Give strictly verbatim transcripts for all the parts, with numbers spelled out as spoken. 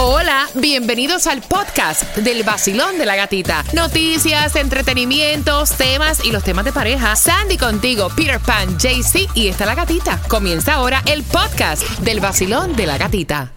Hola, bienvenidos al podcast del Vacilón de la Gatita. Noticias, entretenimientos, temas y los temas de pareja. Sandy contigo, Peter Pan, J C y está la gatita. Comienza ahora el podcast del Vacilón de la Gatita.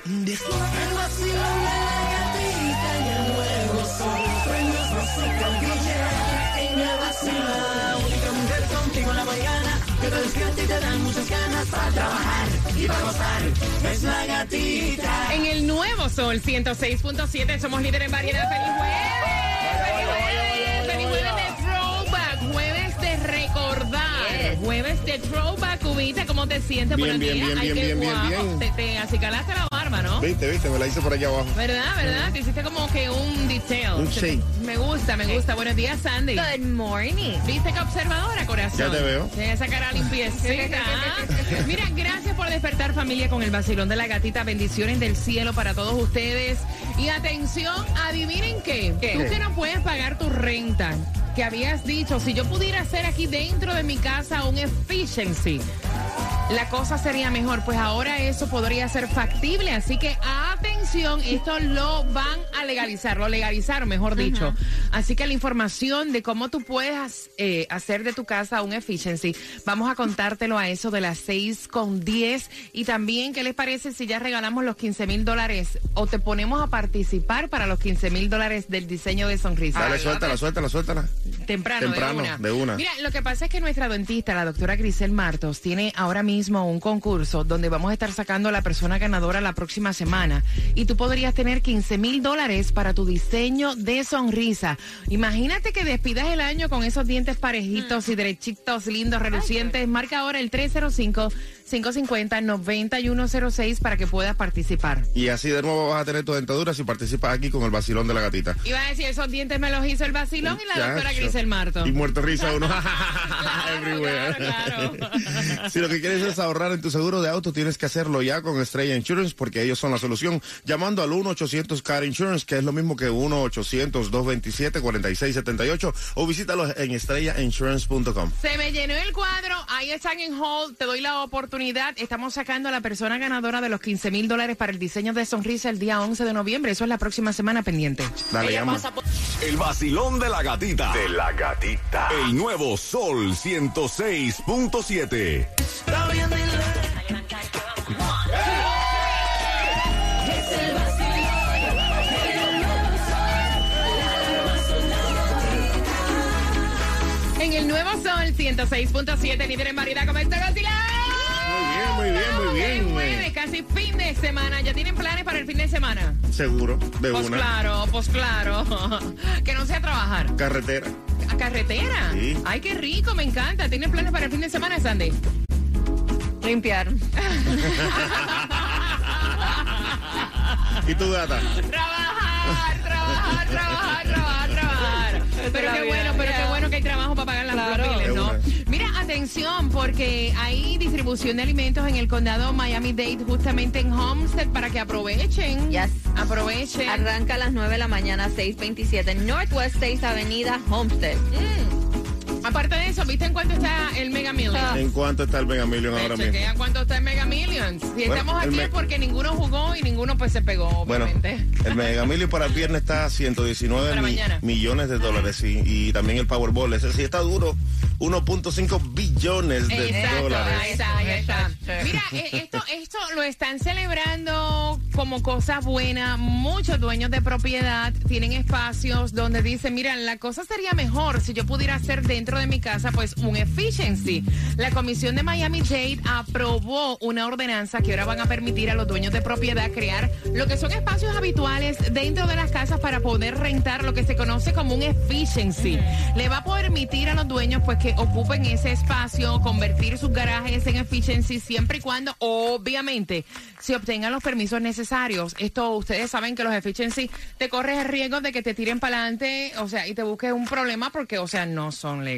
Es la gatita. En el nuevo Sol ciento seis punto siete somos líderes en variedad. ¡Feliz jueves! ¡Feliz jueves! ¡Feliz jueves de Throwback! Jueves de recordar. Yes. Jueves de Throwback. Cubita, ¿cómo te sientes? Bien, Buenos bien, días. bien, Ay, bien, qué bien, bien, guapo. bien. Te, te acicalaste la barba, ¿no? Viste, viste, me la hice por aquí abajo. ¿Verdad, verdad? Te hiciste como que un detail. Un shake. Me gusta, me gusta. Buenos días, Sandy. Good morning. ¿Viste qué observadora, corazón? Ya te veo. Tiene esa cara limpiecita. Mira, gracias por despertar, familia, con el Vacilón de la Gatita. Bendiciones del cielo para todos ustedes. Y atención, adivinen qué. ¿Qué? Tú que no puedes pagar tu renta, que habías dicho, si yo pudiera hacer aquí dentro de mi casa un efficiency, la cosa sería mejor. Pues ahora eso podría ser factible. Así que atención, esto lo van a legalizar, lo legalizaron, mejor dicho. Uh-huh. Así que la información de cómo tú puedes eh, hacer de tu casa un efficiency, vamos a contártelo a eso de las seis con diez. Y también, ¿qué les parece si ya regalamos los quince mil dólares o te ponemos a participar para los quince mil dólares del diseño de sonrisa? Dale, suéltala, suéltala, suéltala. Temprano, Temprano, de una. de una. Mira, lo que pasa es que nuestra dentista, la doctora Grisel Martos, tiene ahora mismo un concurso donde vamos a estar sacando a la persona ganadora la próxima semana. Y tú podrías tener quince mil dólares para tu diseño de sonrisa. Imagínate que despidas el año con esos dientes parejitos mm. y derechitos, lindos, relucientes. Marca ahora el tres cero cinco, cinco cinco cero, nueve uno cero seis para que puedas participar. Y así de nuevo vas a tener tu dentadura si participas aquí con el Vacilón de la Gatita. Iba a decir, esos dientes me los hizo el Vacilón y la Chacho. doctora Grisel Martos. Y muerto risa uno. Claro, claro, claro. Si lo que quieres es ahorrar en tu seguro de auto, tienes que hacerlo ya con Estrella Insurance, porque ellos son la solución. Llamando al uno ochocientos car insurance, que es lo mismo que uno ochocientos, dos veintisiete, cuarenta y seis setenta y ocho, o visítalos en estrella insurance punto com. Se me llenó el cuadro, ahí están en hold, te doy la oportunidad. Estamos sacando a la persona ganadora de los quince mil dólares para el diseño de sonrisa el día once de noviembre. Eso es la próxima semana pendiente. Dale, llama. Por... El Vacilón de la Gatita. De la Gatita. El nuevo Sol ciento seis punto siete. En el nuevo Sol ciento seis punto siete, líder en variedad, ¿cómo está, Godzilla? Muy bien, muy bien, muy bien. Es jueves, casi fin de semana. ¿Ya tienen planes para el fin de semana? Seguro, de Pues una. claro, pues claro. Que no sea trabajar. Carretera. ¿A carretera? Sí. Ay, qué rico, me encanta. ¿Tienen planes para el fin de semana, Sandy? Limpiar. ¿Y tu gata? Trabajar, trabajar, trabajar, trabajar, trabajar. Pero qué bueno, pero qué bueno que hay trabajo para pagar las Claro. biles, ¿no? Mira, atención, porque hay distribución de alimentos en el condado Miami-Dade, justamente en Homestead, para que aprovechen. Yes. Aprovechen. Arranca a las nueve de la mañana, seis veintisiete, Northwest seis Avenida, Homestead. Mm. Aparte de eso, ¿viste en cuánto está el Mega Millions? Ah. ¿En cuánto está el Mega Million ahora mismo? Chequean cuánto está el Mega Millions. Si Bueno, estamos el aquí me- es porque ninguno jugó y ninguno pues se pegó, Bueno, obviamente. el Mega Million para el viernes está a ciento diecinueve Para mi- mañana. millones de dólares, sí, y también el Powerball, ese sí está duro, uno punto cinco billones de Exacto, dólares. ahí está, ahí está. Mira, eh, esto, esto lo están celebrando como cosa buena. Muchos dueños de propiedad tienen espacios donde dicen, mira, la cosa sería mejor si yo pudiera hacer dentro de mi casa pues un efficiency. La Comisión de Miami-Dade aprobó una ordenanza que ahora van a permitir a los dueños de propiedad crear lo que son espacios habituales dentro de las casas para poder rentar lo que se conoce como un efficiency. Le va a permitir a los dueños pues que ocupen ese espacio, convertir sus garajes en efficiency siempre y cuando, obviamente, se obtengan los permisos necesarios. Esto, ustedes saben que los efficiency te corres el riesgo de que te tiren para adelante, o sea, y te busques un problema porque, o sea, no son legales.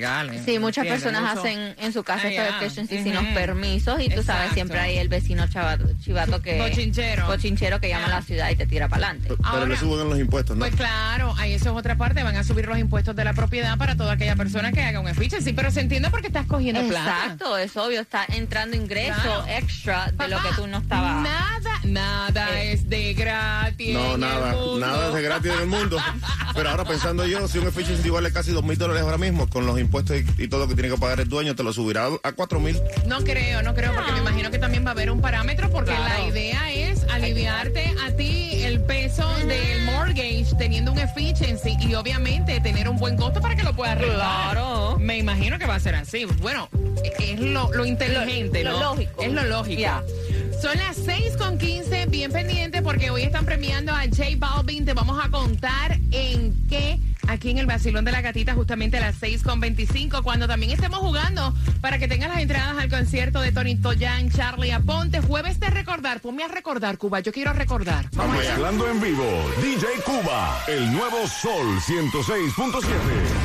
regale. Sí, muchas ¿entiendes? personas Mucho. hacen en su casa Ay, estos ya. efficiency Ujú. sin los permisos y tú sabes, Exacto. siempre hay el vecino chavato, chivato que... Bochinchero. Bochinchero que llama Ah. a la ciudad y te tira para adelante. Pero Ahora- le suben los impuestos, ¿no? Pues claro, ahí eso es otra parte, van a subir los impuestos de la propiedad para toda aquella persona que haga un efficiency, pero se entiende porque estás cogiendo plata. Exacto, es obvio, está entrando ingreso Claro. extra de lo Papá, que tú no estabas... Nada, nada Eh. es de gratis. No, en el nada, mundo. nada es de gratis en el mundo. Pero ahora pensando yo, si un efficiency vale casi dos mil dólares ahora mismo, con los impuestos y, y todo lo que tiene que pagar el dueño, te lo subirá a cuatro mil. No creo, no creo, porque me imagino que también va a haber un parámetro, porque Claro. la idea es aliviarte a ti el peso del mortgage teniendo un efficiency y obviamente tener un buen costo para que lo puedas arreglar. Claro. Me imagino que va a ser así. Bueno, es lo, lo inteligente, Lo- ¿no? lo lógico. Es lo lógico. Ya. Son las seis con quince, bien pendiente porque hoy están premiando a J Balvin. Te vamos a contar en qué aquí en el Vacilón de la Gatita, justamente a las seis con veinticinco, cuando también estemos jugando para que tengas las entradas al concierto de Tony Toyan, Charlie Aponte. Jueves de recordar, ponme a recordar, Cuba, yo quiero recordar. Vamos allá. Mezclando en vivo, D J Cuba, el nuevo Sol ciento seis punto siete.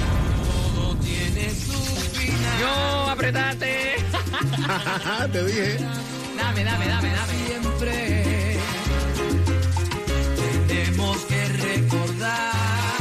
Yo, apretate. Te dije. Dame, dame, dame, dame. Siempre tenemos que recordar.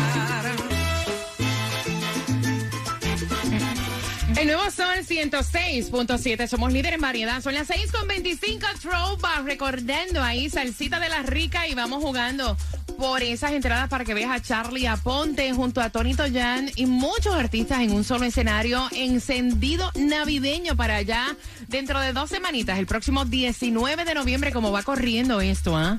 El nuevo Sol ciento seis punto siete, somos líderes en variedad. Son las seis con veinticinco, Throwback, recordando ahí, salsita de la rica, y vamos jugando por esas entradas para que veas a Charlie Aponte junto a Tony Toyan y muchos artistas en un solo escenario, encendido navideño para allá dentro de dos semanitas, el próximo diecinueve de noviembre, como va corriendo esto, ¿ah?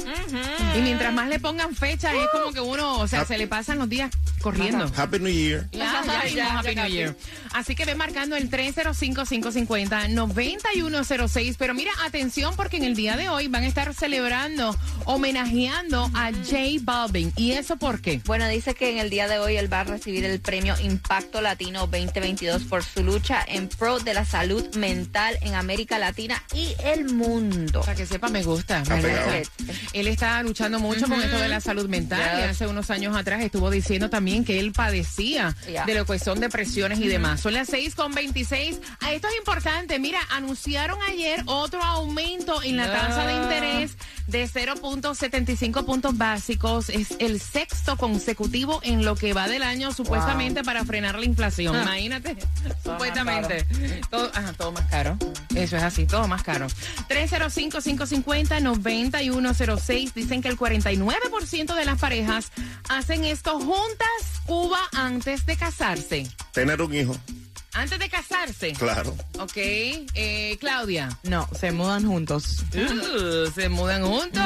Y mientras más le pongan fechas, es como que uno, o sea, se le pasan los días corriendo. Happy New Year. Ya, ya, Ya, ya, Happy ya New casi. Year. Así que ve marcando el tres cero cinco, cinco cinco cero, nueve uno cero seis. Pero mira, atención, porque en el día de hoy van a estar celebrando, homenajeando a J Balvin. ¿Y eso por qué? Bueno, dice que en el día de hoy él va a recibir el premio Impacto Latino veinte veintidós por su lucha en pro de la salud mental en América Latina y el mundo. Para que sepa, me gusta. Está me pegado. gusta. Él está luchando mucho con esto de la salud mental y Yes. hace unos años atrás estuvo diciendo también que él padecía Yeah. de lo que son depresiones y demás. Son las seis con veintiséis. A esto es importante. Mira, anunciaron ayer otro aumento en la Yeah. tasa de interés de cero punto setenta y cinco puntos básicos. Es el sexto consecutivo en lo que va del año, supuestamente para frenar la inflación. Ah. Imagínate, supuestamente. Todo, ajá, todo más caro. Eso es así, todo más caro. tres cero cinco, cinco cinco cero, nueve uno cero seis. Dicen que el cuarenta y nueve por ciento de las parejas hacen esto juntas, Cuba, antes de casarse. Tener un hijo, Antes de casarse. claro. Ok. Eh, Claudia. No, se mudan juntos. Uh, se mudan juntos.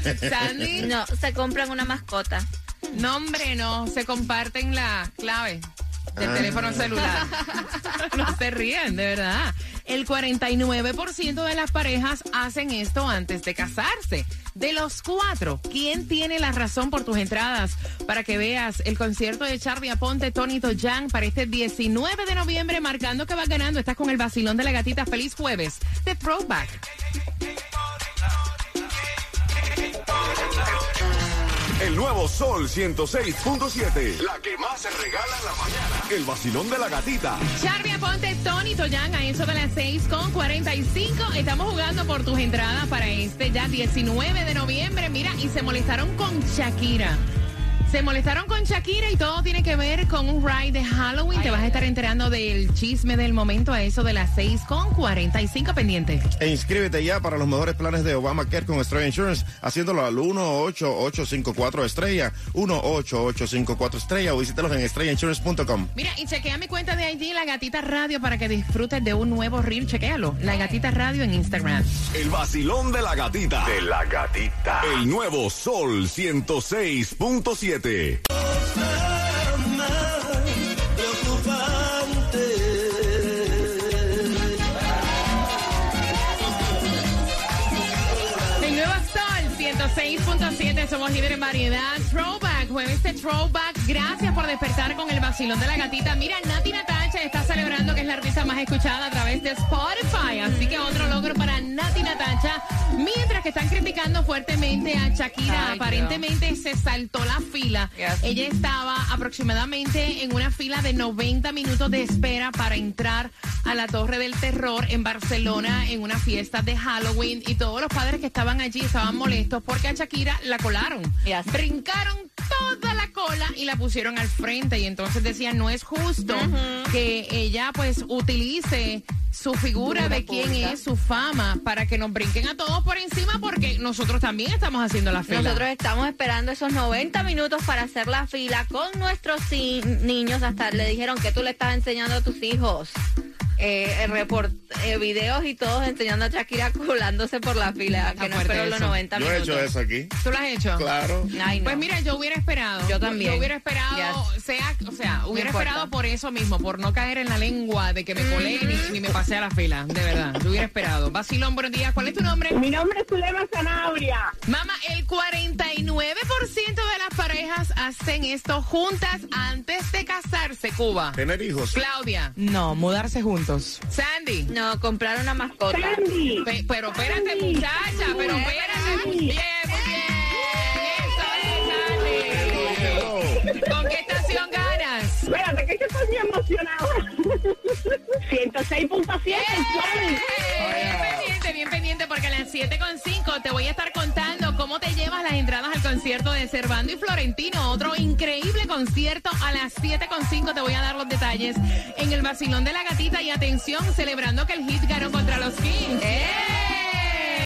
Sandy. No, se compran una mascota. No, hombre, no. Se comparten la clave del Ah. teléfono celular. No se ríen, de verdad. El cuarenta y nueve por ciento de las parejas hacen esto antes de casarse. De los cuatro, ¿quién tiene la razón por tus entradas para que veas el concierto de Charlie Aponte, Tony Toyan para este diecinueve de noviembre, marcando que vas ganando? Estás con el vacilón de la gatita. Feliz jueves de Throwback. El nuevo Sol ciento seis punto siete. La que más se regala en la mañana. El vacilón de la gatita. Charlie Aponte, Tony Toyan, a eso de las seis con cuarenta y cinco. Estamos jugando por tus entradas para este ya diecinueve de noviembre. Mira, y se molestaron con Shakira. Se molestaron con Shakira y todo tiene que ver con un ride de Halloween. Ay, Te vas a ay, estar enterando del chisme del momento a eso de las seis con cuarenta y cinco pendiente. E inscríbete ya para los mejores planes de Obamacare con Estrella Insurance, haciéndolo al uno ocho ocho cinco cuatro estrella, uno ocho ocho cinco cuatro estrella, o visítalos en estrella insurance punto com. Mira, y chequea mi cuenta de I G, La Gatita Radio, para que disfrutes de un nuevo reel. Chequéalo, La Gatita Radio en Instagram. El vacilón de la gatita. De la gatita. El nuevo Sol ciento seis punto siete. El nuevo Sol ciento seis punto siete, somos líderes en variedad. Throwback, jueves de Throwback. Gracias por despertar con el vacilón de la gatita. Mira, Nati Natasha está celebrando que es la artista más escuchada a través de Spotify. Así que otro logro para Nati Natasha. Mientras que están criticando fuertemente a Shakira, Ay, aparentemente Dios. se saltó la fila. Yes. Ella estaba aproximadamente en una fila de noventa minutos de espera para entrar a la Torre del Terror en Barcelona en una fiesta de Halloween, y todos los padres que estaban allí estaban molestos porque a Shakira la colaron. Yes. Brincaron toda la cola y la pusieron al frente, y entonces decían, no es justo Uh-huh. que ella pues utilice su figura Figura de quién pública. es, su fama, para que nos brinquen a todos por encima, porque nosotros también estamos haciendo la fila. Nosotros estamos esperando esos noventa minutos para hacer la fila con nuestros si- niños. Hasta le dijeron que tú le estás enseñando a tus hijos. Eh, report, eh, videos y todos enseñando a Shakira colándose por la fila, Está que no fuerte esperó los eso. noventa Yo he minutos. hecho eso aquí. ¿Tú lo has hecho? Claro. Ay, no. Pues mira, yo hubiera esperado. Yo también. Yo hubiera esperado, Yes. sea, o sea, hubiera importa. esperado por eso mismo, por no caer en la lengua de que me colé ni, ni me pasé a la fila, de verdad. Yo hubiera esperado. Vacilón, buenos días. ¿Cuál es tu nombre? Mi nombre es Zulema Zanabria. Mamá, el cuarenta y nueve por ciento de las parejas hacen esto juntas antes de casarse, Cuba. Tener hijos. Claudia, No, mudarse juntos. Sandy. No, comprar una mascota. Sandy. Pe- pero espérate, Sandy. muchacha, pero espérate. Muy bien, muy bien. Eso es, Sandy. ¿Con qué estación ganas? Espérate, que yo estoy bien emocionada. ciento seis punto siete. Bien pendiente, bien pendiente, porque a las siete con cinco te voy a estar contando cómo te llevas las entradas al concierto de Servando y Florentino. Otro increíble concierto a las siete con cinco. Te voy a dar los detalles en el vacilón de la gatita. Y atención, celebrando que el Heat ganó contra los Kings. ¡Eh!